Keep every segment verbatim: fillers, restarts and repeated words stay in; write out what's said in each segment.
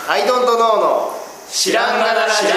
アイドントノーの知らんがなラジ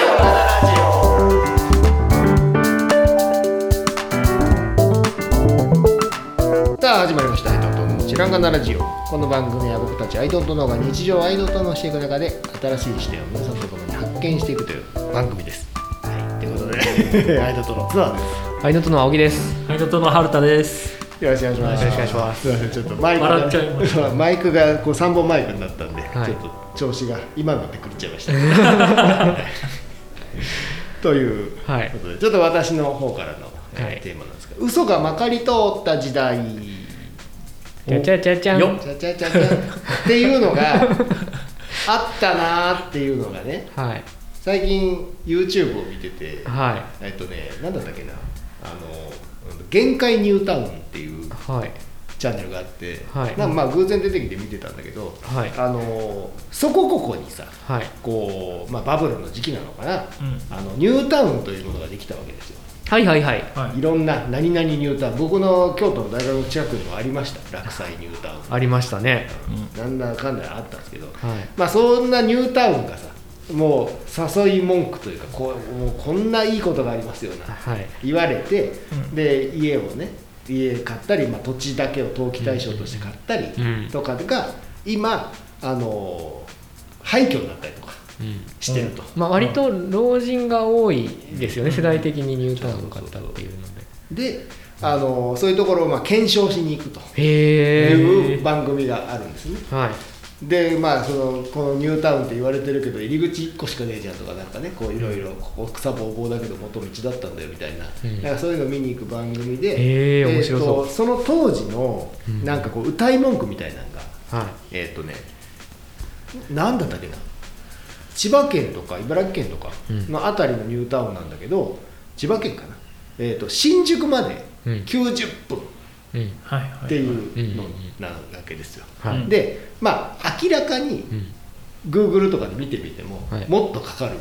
オ。さあ始まりましたアイドントノーの知らんがなラジオ。この番組は僕たちアイドントノーが日常をアイドントノーしていく中で新しい視点を皆さんと共に発見していくという番組です。はい、ということでアイドントノーツアーです。 アイドントノー青木です。 アイドントノー春田です。 よろしくお願いします。 よろしくお願いします。 すいません、ちょっとマイクが笑っちゃいましたマイクがこうさんぼんマイクになったんで、 はい、 ちょっと調子が今ので狂っちゃいましたということで、はい、ちょっと私の方からの、はい、テーマなんですけど、嘘がまかり通った時代、 ちゃちゃちゃちゃんちゃちゃちゃちゃんっていうのがあったなーっていうのがね、はい、最近 YouTube を見てて、はい、えっとね、なんだったっけな、あの限界ニュータウンっていう、はい、チャンネルがあって、はい、なんかまあ偶然出てきて見てたんだけど、はい、あのそこここにさ、はい、こうまあ、バブルの時期なのかな、うん、あのニュータウンというものができたわけですよ。 はいはいはい、 はい、いろんな何々ニュータウン、僕の京都の大学の近くにもありました。落西ニュータウンありましたね、 うん、なんだかんだあったんですけど、はい、まあそんなニュータウンがさ、もう誘い文句というか、こうもうこんないいことがありますよな、はい、言われて、うん、で家をね家買ったり、まあ、土地だけを登記対象として買ったりとかが、うん、今あの廃墟になったりとかしてると、うんうん、 まあ、割と老人が多いですよね、うん、世代的にニュータウンを買ったっていうので、 であのそういうところをまあ検証しに行くという番組があるんですね。はい、でまあ、そのこのニュータウンって言われてるけど入り口いっこしかねえじゃんとか、なんかね、こういろいろここ草ぼうぼうだけど元道だったんだよみたいな、うん、なんかそういうのを見に行く番組で、 えー、面白そう。 えー、とその当時のなんかこう歌い文句みたいなのが、うん、えっ、ー、とね、なんだったっけな、千葉県とか茨城県とかのあたりのニュータウンなんだけど、千葉県かな、えー、と新宿まできゅうじゅっぷん、うんっていうのなわけですよ、はい、でまあ明らかに Google とかで見てみても、はい、もっとかかる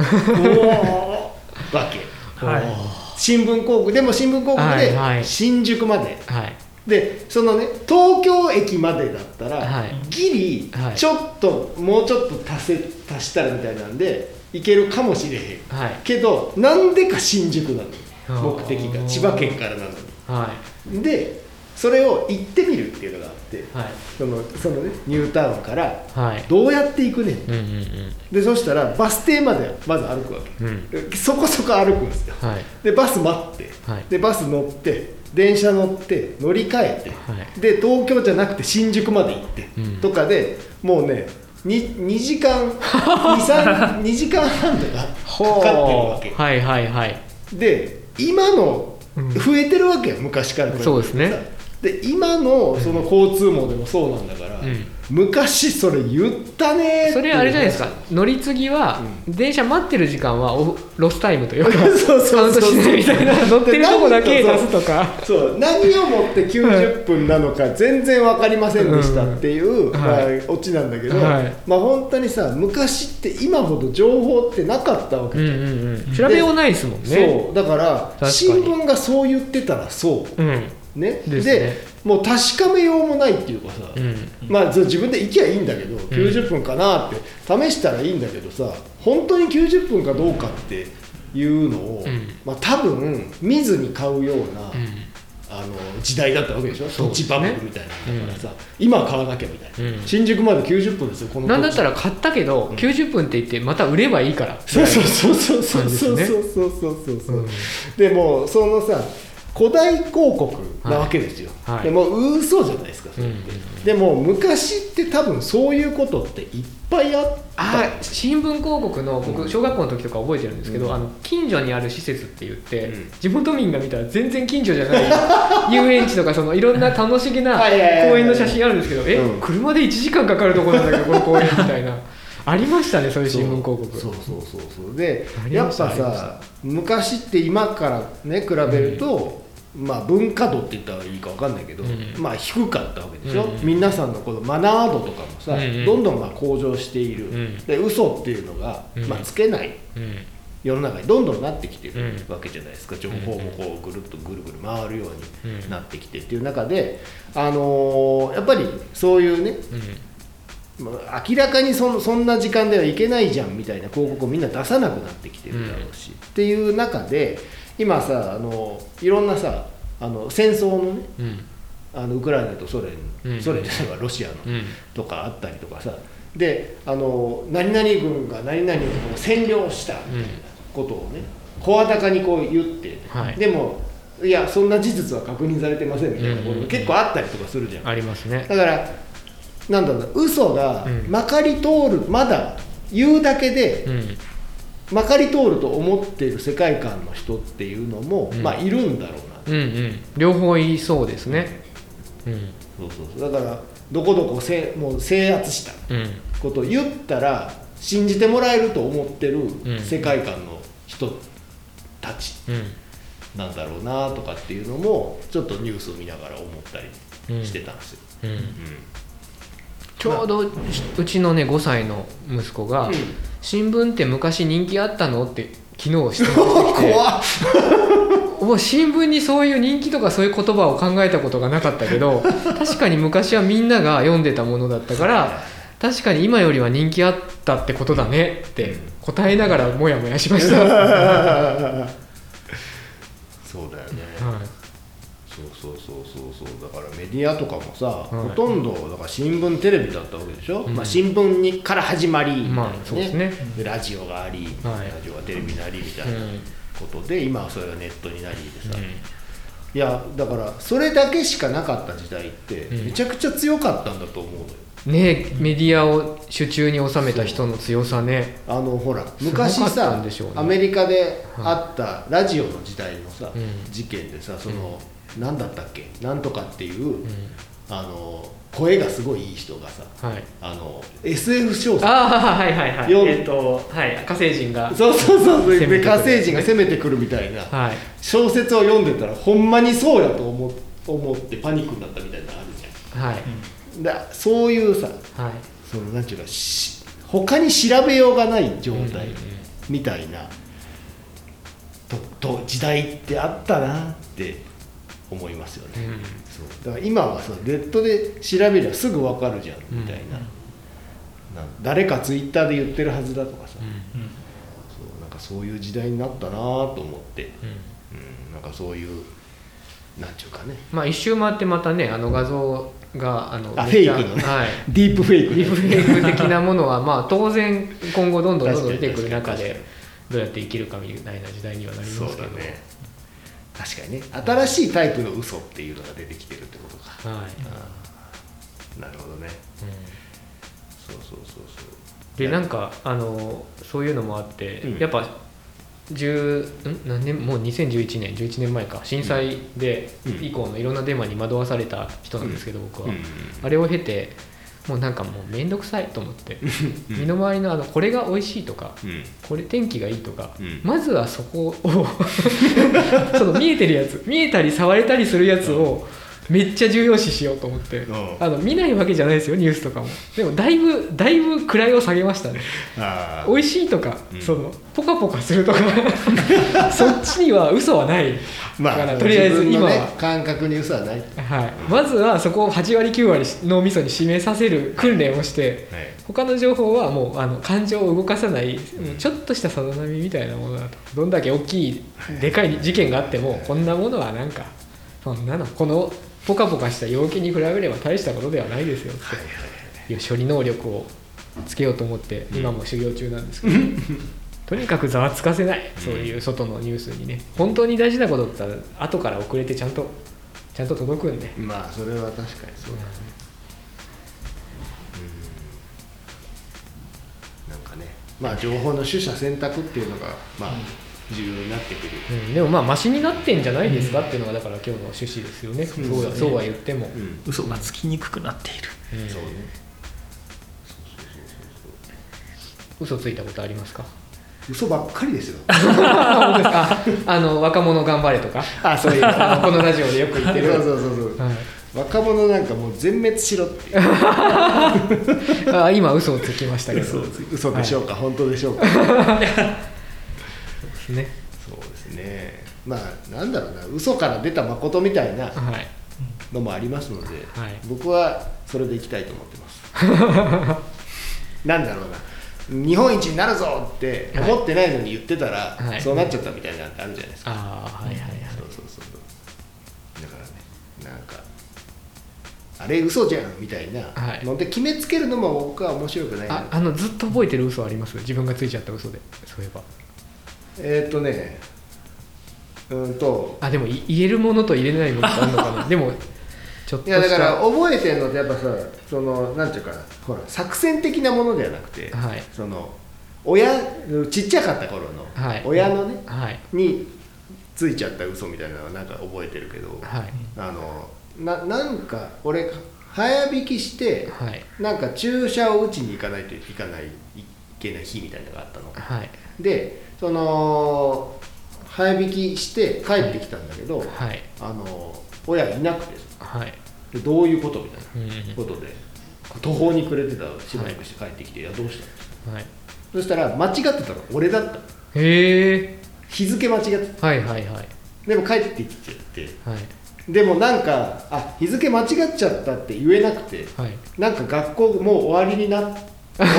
わけ、はい、新聞広告でも新聞広告で新宿まで、はいはい、でそのね東京駅までだったら、はい、ギリちょっと、はい、もうちょっと足せ足したらみたいなんで行けるかもしれへん、はい、けどなんでか新宿なの、目的が千葉県からなのに、はい、でそれを行ってみるっていうのがあって、はい、そのそのねニュータウンからどうやって行くねん、はい、うんうんうん、でそしたらバス停までまず歩くわけ、うん、そこそこ歩くんですよ、はい、でバス待って、はい、でバス乗って電車乗って乗り換えて、はい、で東京じゃなくて新宿まで行って、うん、とかでもうね 2, 2時間にじかんはんとかかかってるわけ、はいはいはい、で今の増えてるわけよ、昔から。 そうですね。 で今のその交通網でもそうなんだから、うん、昔それ言ったねーって。 それあれじゃないですか、乗り継ぎは、うん、電車待ってる時間はロスタイムというかそうそうそうそうカウントしないみたいな、乗ってるとこだけ出すとか、 そう、何をもってきゅうじゅっぷんなのか全然分かりませんでしたっていう、うん、まあ、はい、オチなんだけど、はい、まあ本当にさ、昔って今ほど情報ってなかったわけじゃん、うんうんうん、 調べようないですもんね。 そうだから新聞がそう言ってたらそう、うんね、で, で、ね、もう確かめようもないっていうかさ、うん、まあ自分で行きゃいいんだけど、きゅうじゅっぷんかなって試したらいいんだけどさ、本当にきゅうじゅっぷんかどうかっていうのを、うん、まあ、多分見ずに買うような、うん、あの時代だったわけでしょ、土地バブルみたいなのだからさ、うん、今買わなきゃみたいな、うん、新宿まできゅうじゅっぷんですよ、このなんだったら買ったけど、うん、きゅうじゅっぷんって言ってまた売ればいいから、 そうそうそうそうそうそうそうそうそうそう、でもそのさ古代広告なわけですよ、はいはい、でも嘘じゃないですかそれって、うんうん、でも昔って多分そういうことっていっぱいあった。 あ、新聞広告の僕小学校の時とか覚えてるんですけど、うん、あの近所にある施設って言って、うん、地元民が見たら全然近所じゃない遊園地とかそのいろんな楽しげな公園の写真あるんですけど、え、うん、車でいちじかんかかるとこなんだけどこの公園みたいなありましたね、そういう新聞広告。 そうそうそうそうでやっぱさ、昔って今からね比べると、うん、まあ文化度って言ったらいいか分かんないけど、うん、まあ低かったわけでしょ、うん、皆さんのこのマナー度とかもさ、うん、どんどんまあ向上している、うん、で嘘っていうのが、うん、まあ、つけない、うん、世の中にどんどんなってきてるわけじゃないですか、情報もこうぐるっとぐるぐる回るようになってきてっていう中で、あのー、やっぱりそういうね、 明らかに そ, そんな時間ではいけないじゃんみたいな広告をみんな出さなくなってきてるだろうし、うん、っていう中で今さあのいろんなさあの戦争のね、うん、あのウクライナとソ連、うん、ソ連ですがロシアの、うん、とかあったりとかさであの何々軍が何々を占領したみたいなことをね声高にこう言って、はい、でもいやそんな事実は確認されてませんみたいなことが結構あったりとかするじゃん、うん、 ありますね。 だからなんだろうな嘘がまかり通る、うん、まだ言うだけで、うん、まかり通ると思っている世界観の人っていうのも、うん、まあいるんだろうな、 うんうん、両方言いそうですね、うん、 そうそうそうだからどこどこせもう制圧したことを言ったら信じてもらえると思ってる世界観の人たちなんだろうなとかっていうのもちょっとニュースを見ながら思ったりしてたんですよ、うんうんうん、 ちょうどうちのねごさいの息子が、うん、新聞って昔人気あったのって昨日質問してきて怖っもう新聞にそういう人気とかそういう言葉を考えたことがなかったけど確かに昔はみんなが読んでたものだったから確かに今よりは人気あったってことだねって答えながらモヤモヤしましたそうだよね、 はい、そうそうそうそうそうだからメディアとかもさ、はい、ほとんどだから新聞テレビだったわけでしょ、うんまあ、新聞にから始まりみたいな、ねまあそうですね、でラジオがあり、はい、ラジオがテレビになりみたいなことで、うん、今はそれがネットになりでさ、うん、いやだからそれだけしかなかった時代ってめちゃくちゃ強かったんだと思うのよ、 うん、ねえメディアを手中に収めた人の強さねあのほら昔さ、ね、アメリカであったラジオの時代のさ、はい、事件でさその、うん、何だったっけなんとかっていう、うん、あの声がすごいいい人がさ、はい、あの エスエフ 小説ああはいはいはいえっとはい火星人がそうそうそうで火星人が攻めてくるみたいな、はい、小説を読んでたらほんまにそうやと思思ってパニックになったみたいなのあるじゃん、はいうん、だそういうさ、はい、そのなんていうかし他に調べようがない状態みたいな、うんうん、とと時代ってあったなって思いますよね、うん、そうだから今はさネットで調べりゃすぐ分かるじゃんみたいな、うん、なん誰かツイッターで言ってるはずだとかさ、うん、そうなんかそういう時代になったなと思って、うんうん、なんかそういうなんちゅうかねまあ一周回ってまたねあの画像があのあフェイクのね、はい、ディープフェイク、 ね、ディープフェイク的なものはまあ当然今後どんどんどんどん出てくる中でどうやって生きるかみたいな時代にはなりますけど、そうだね確かにね新しいタイプの嘘っていうのが出てきてるってことか、はい、あなるほどね、うん、そうそうそうそうでなんかあのそういうのもあって、うん、やっぱじゅうん何年もうにせんじゅういちねんじゅういちねんまえか震災で以降のいろんなデマに惑わされた人なんですけど、うん、僕は、うん、あれを経てもうなんかもうめんどくさいと思って身の回りのあのこれが美味しいとか、うん、これ天気がいいとか、うん、まずはそこをその見えてるやつ見えたり触れたりするやつをめっちゃ重要視しようと思ってあの見ないわけじゃないですよニュースとかもでもだいぶだいぶ位を下げましたねあ美味しいとか、うん、そのポカポカするとかそっちには嘘はない、まあ、だからとりあえず今は、ね、 感覚に嘘はない、 はい、まずはそこをはちわりきゅうわり脳みそに示させる訓練をして、はい、他の情報はもうあの感情を動かさない、うん、もうちょっとしたさざ波みたいなものだとどんだけ大きいでかい事件があってもこんなものはなんかそんなのこのポカポカした陽気に比べれば大したことではないですよっていう処理能力をつけようと思って今も修行中なんですけどとにかくざわつかせないそういう外のニュースにね本当に大事なことだったら後から遅れてちゃんとちゃんと届くんでまあそれは確かにそうだね、うん、なんかねまあ情報の取捨選択っていうのがまあ、うん重要になってくる、 うん、でもまあマシになってんじゃないですかっていうのがだから今日の趣旨ですよね、うん、そうだ、そうは言っても、うん、 嘘がつきにくくなっている、 うん、 そうね嘘ついたことありますか嘘ばっかりですよあ, あの若者頑張れとかあそういうあのこのラジオでよく言ってるそうそうそうそう、はい、若者なんかもう全滅しろっていうあ今嘘をつきましたけど嘘でしょうか、はい、本当でしょうかね、 そうですねまあなんだろうな嘘から出た誠みたいなのもありますので、 はい、 僕はそれでいきたいと思ってますなんだろうな、日本一になるぞって思ってないのに言ってたら、はい、そうなっちゃったみたいなのってあるじゃないですか。 ああ、はいはいはい。 そうそうそうそう。だからね、なんかあれ嘘じゃんみたいなので決めつけるのも僕は面白くないな。 あ, あのずっと覚えてる嘘あります？自分がついちゃった嘘で。そういえばえーっとねうんとあでも言えるものと言えないものってあるのかなでもちょっとしたいやだから覚えてるのってやっぱさ、そのなんていうかな、ほら作戦的なものではなくて、 はい、 その親ちっちゃかった頃の親のね、 はい、 についちゃった嘘みたいなのはなんか覚えてるけど、 はい、 あの な, なんか俺早引きして、 はい、 なんか注射を打ちに行かないといかないいけない日みたいなのがあったの、 はい、 でその早引きして帰ってきたんだけど、 はい、 あの親いなくて、 はい、 でどういうことみたいなことで、うん、途方に暮れてたしばらくして帰ってきて、はい、いやどうしたの、はい、そしたら間違ってたの俺だった。 へえ。 日付間違ってた。 はいはいはい。でも帰ってきちゃって、はい、でもなんかあ日付間違っちゃったって言えなくて、はい、なんか学校もう終わりになって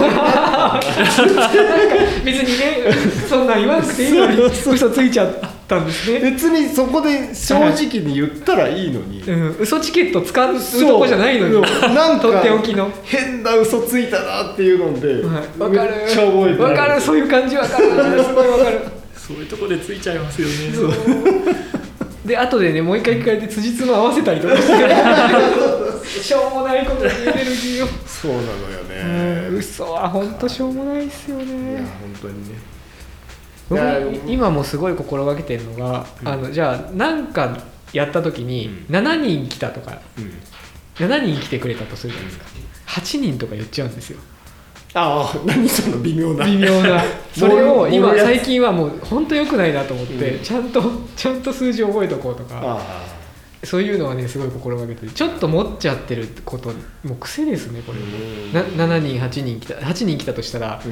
別にねそんなん言わなくていいのに嘘ついちゃったんですね。 別にそこで正直に言ったらいいのに、 はい、うん、嘘チケット使うとこじゃないのになんかとっておきの変な嘘ついたなっていうので、 はい、分かるめっちゃ覚えてる。 分かる、そういう感じ分かるすごい分かるそういうとこでついちゃいますよね。 そうで後でねもう一回聞かれて辻褄合わせたりとかしてしょうもないことにエネルギーをそうなのよね、 うん、嘘は本当しょうもないですよね。 いや本当にね。 僕今もすごい心がけてるのが、うん、あのじゃあ何かやった時にしちにん来たとか、うん、しちにん来てくれたとするじゃないですか、はちにんとか言っちゃうんですよ。 ああ、何その微妙な微妙なそれを今最近はもう本当良くないなと思って、うん、ちゃんとちゃんと数字を覚えとこうとか、あそういうのはねすごい心がけてる。ちょっと持っちゃってることもう癖ですねこれ。なななにんはちにん来たはちにん来たとしたら、うん、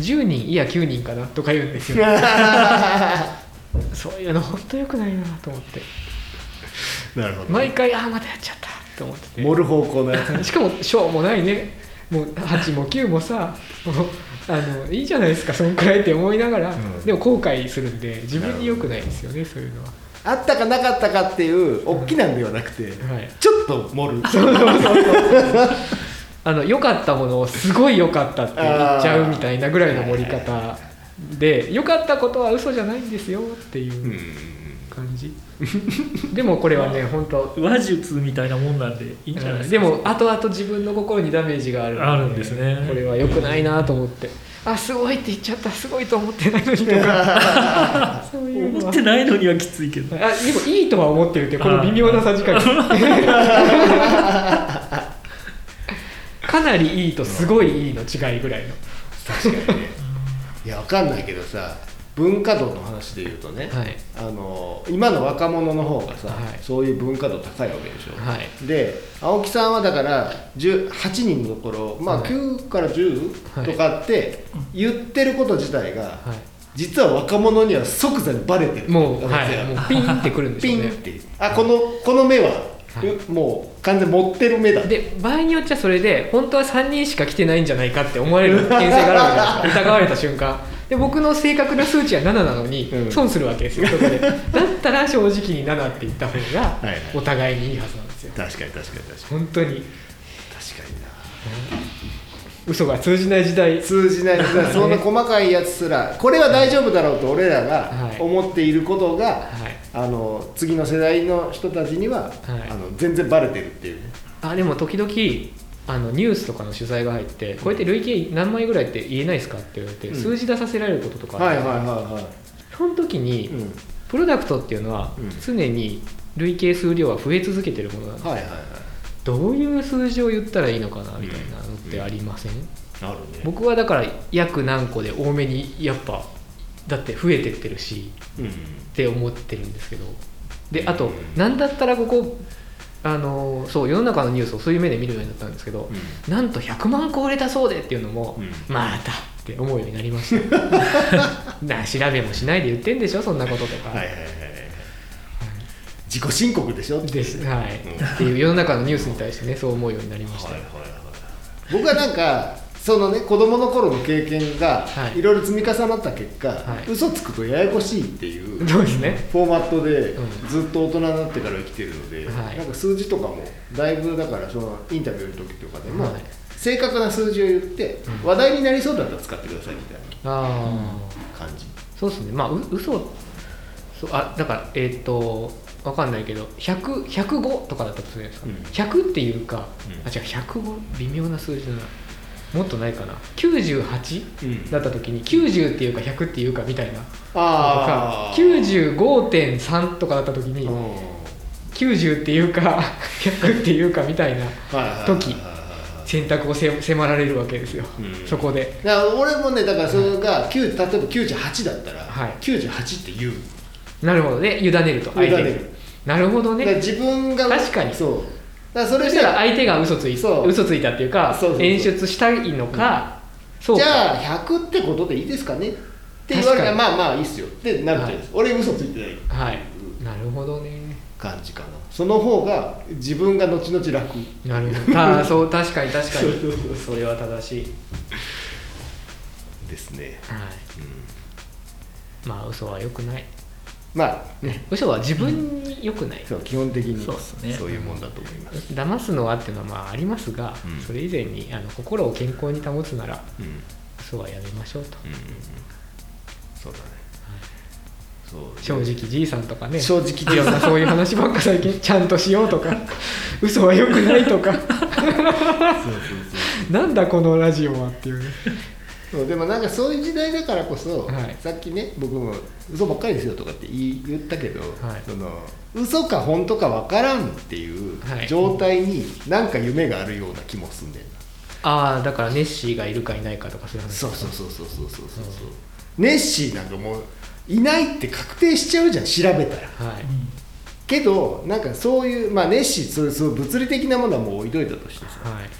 じゅうにんいやきゅうにんかなとか言うんですよそういうの本当良くないなと思って。 なるほど、ね、 毎回ああまたやっちゃったと思ってて盛る方向のやつしかもしょうもないねもうはちもきゅうもさもうあのいいじゃないですかそんくらいって思いながら、うん、でも後悔するんで自分に良くないですよねそういうのは。 あったかなかったかっていう大きなんではなくて、うんはい、ちょっと盛るそうそうそうそうあの良かったものをすごい良かったって言っちゃうみたいなぐらいの盛り方で良かったことは嘘じゃないんですよっていう感じでもこれはね本当話術みたいなもんなんでいいんじゃないですか。 でも後々自分の心にダメージがあるのであるんですね。 これは良くないなと思ってあすごいって言っちゃったすごいと思ってないのにとかそういう思ってないのにはきついけどあでもいいとは思ってるってこの微妙なさじ加減かなりいいとすごいいいの違いぐらいの。 確かにねいや分かんないけどさ文化度の話で言うとね、はい、あの今の若者の方がさ、はい、そういう文化度高いわけでしょ、はい、で青木さんはだからはちにんのところ、まあ、きゅうからじゅうとかって言ってること自体が、はい、実は若者には即座にバレてるもう、はい、もうピンってくるんですよね。 ピンってあこのこの目は、はい、もう完全に持ってる目だ。 で場合によっちゃそれで本当はさんにんしか来てないんじゃないかって思われる危険性があるわけです疑われた瞬間で僕の正確な数値はなななのに損するわけですよ、うん、そこでだったら正直にななって言った方がお互いにいいはずなんですよ。 確かに確かに確かに本当に確かにな、うん、嘘が通じない時代通じない時代そんな細かいやつすらこれは大丈夫だろうと俺らが思っていることが、はい、あの次の世代の人たちには、はい、あの全然バレてるっていうね。 あでも時々あのニュースとかの取材が入ってこうやって累計何枚ぐらいって言えないですかって言われて、うん、数字出させられることとかあって、はいはいはいはい、その時に、うん、プロダクトっていうのは、うん、常に累計数量は増え続けてるものなんですよ、はいはいはい、どういう数字を言ったらいいのかなみたいなのってありません？うんうん、あるね。僕はだから約何個で多めにやっぱだって増えてってるし、うん、って思ってるんですけどであと、うん、何だったらここあのそう世の中のニュースをそういう目で見るようになったんですけど、うん、なんとひゃくまんこ売れたそうでっていうのも、うん、またって思うようになりましたな調べもしないで言ってんでしょそんなこととか、はいはいはいはい、 自己申告でしょです、はい、うん、っていう世の中のニュースに対してねそう思うようになりました。はいはいはい、 僕はなんかそのね子供の頃の経験がいろいろ積み重なった結果、はい、嘘つくとややこしいっていうフォーマットでずっと大人になってから生きてるので、うん、なんか数字とかもだいぶだからそのインタビューの時とかでも、はい、正確な数字を言って話題になりそうだったら使ってくださいみたいな感じ。 そうですね。まあう嘘そうあだからえっ、ー、とわかんないけどひゃく、ひゃくごとかだったとするじゃないですか、うん、ひゃくっていうか、うん、あ違うひゃくご微妙な数字だなもっとないかなきゅうじゅうはち、うん、だった時にきゅうじゅうっていうかひゃくっていうかみたいなあとか きゅうじゅうごてんさん とかだった時にきゅうじゅうっていうかひゃくっていうかみたいな時選択を迫られるわけですよ、うん、そこでだから俺もねだからそれが、例えばきゅうじゅうはちだったら、はい、きゅうじゅうはちって言う。 なるほどね委ねると相手になるほどね。 だから自分が確かにそうだからそれしたら相手が嘘つい嘘ついたっていうかそうそうそう演出したいのか、 うん、そうかじゃあひゃくってことでいいですかねって言われたらまあまあいいっすよってなるじゃないですか、はい、俺嘘ついてないはいなるほどね感じかな。その方が自分が後々楽。 なるほどあそう確かに確かにそれは正しいですね。はい、 うん、まあ嘘は良くない。 まあね、 嘘は自分に良くない、うん、 そう基本的にそうですね、 そういうもんだと思います。 騙すのはっていうのはまあありますが、うん、それ以前にあの心を健康に保つなら、うん、嘘はやめましょうと、うんうんうん、 そうだね、 はい、そう正直じいさんとかね正直じいさんそういう話ばっか最近ちゃんとしようとか嘘は良くないとかそうそうそうなんだこのラジオはっていうねそうでもなんかそういう時代だからこそ、はい、さっきね僕も嘘ばっかりですよとかって言ったけど、はい、その嘘か本当か分からんっていう状態になんか夢があるような気もすんでんな、 ああだからネッシーがいるかいないかとかそういう話。 そうそうそうそうそうそうそう、うん、ネッシーなんかもういないって確定しちゃうじゃん調べたら、はい、けどなんかそういうまあネッシーそういう、そういう物理的なものはもう置いといたとしてさ、はい、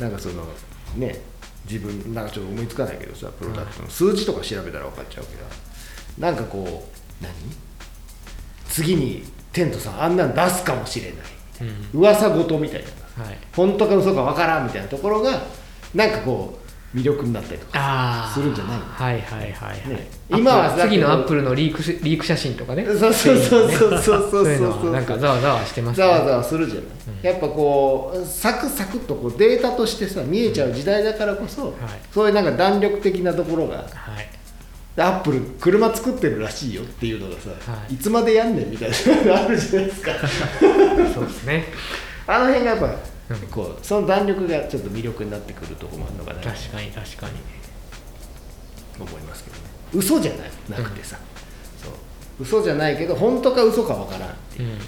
なんかそのね自分なんかちょっと思いつかないけどさプロダクトの数字とか調べたら分かっちゃうけど、なんかこう何次にテントさんあんなん出すかもしれないみたいな、うん、噂事みたいな、はい、本当か嘘か分からんみたいなところがなんかこう魅力になったりとかするんじゃないの。 はいはいはい、ね、 今は次のアップルのリークリーク写真とかね。 そうそうそうそうそうそうそういうのはなんかざわざわしてますね。ざわざわするじゃない、うん、やっぱこうサクサクっとこうデータとしてさ見えちゃう時代だからこそ、うんはい、そういうなんか弾力的なところが、はい、アップル車作ってるらしいよっていうのがさ、はい、いつまでやんねんみたいなのがあるじゃないですかそうですねあの辺がやっぱこうその弾力がちょっと魅力になってくるところもあるのかな。 確かに確かに思いますけどね。嘘じゃないなくてさ、うん、そう嘘じゃないけど本当か嘘かわからんっていう、うん、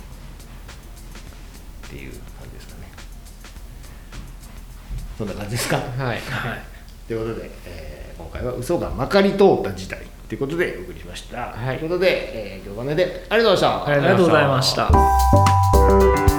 っていう感じですかね。そんな感じですか。 はい、はい、 ということで、えー、今回は嘘がまかり通った事態ということでお送りしました、はい、ということで、えー、今日はこれでありがとうございました。 ありがとうございました。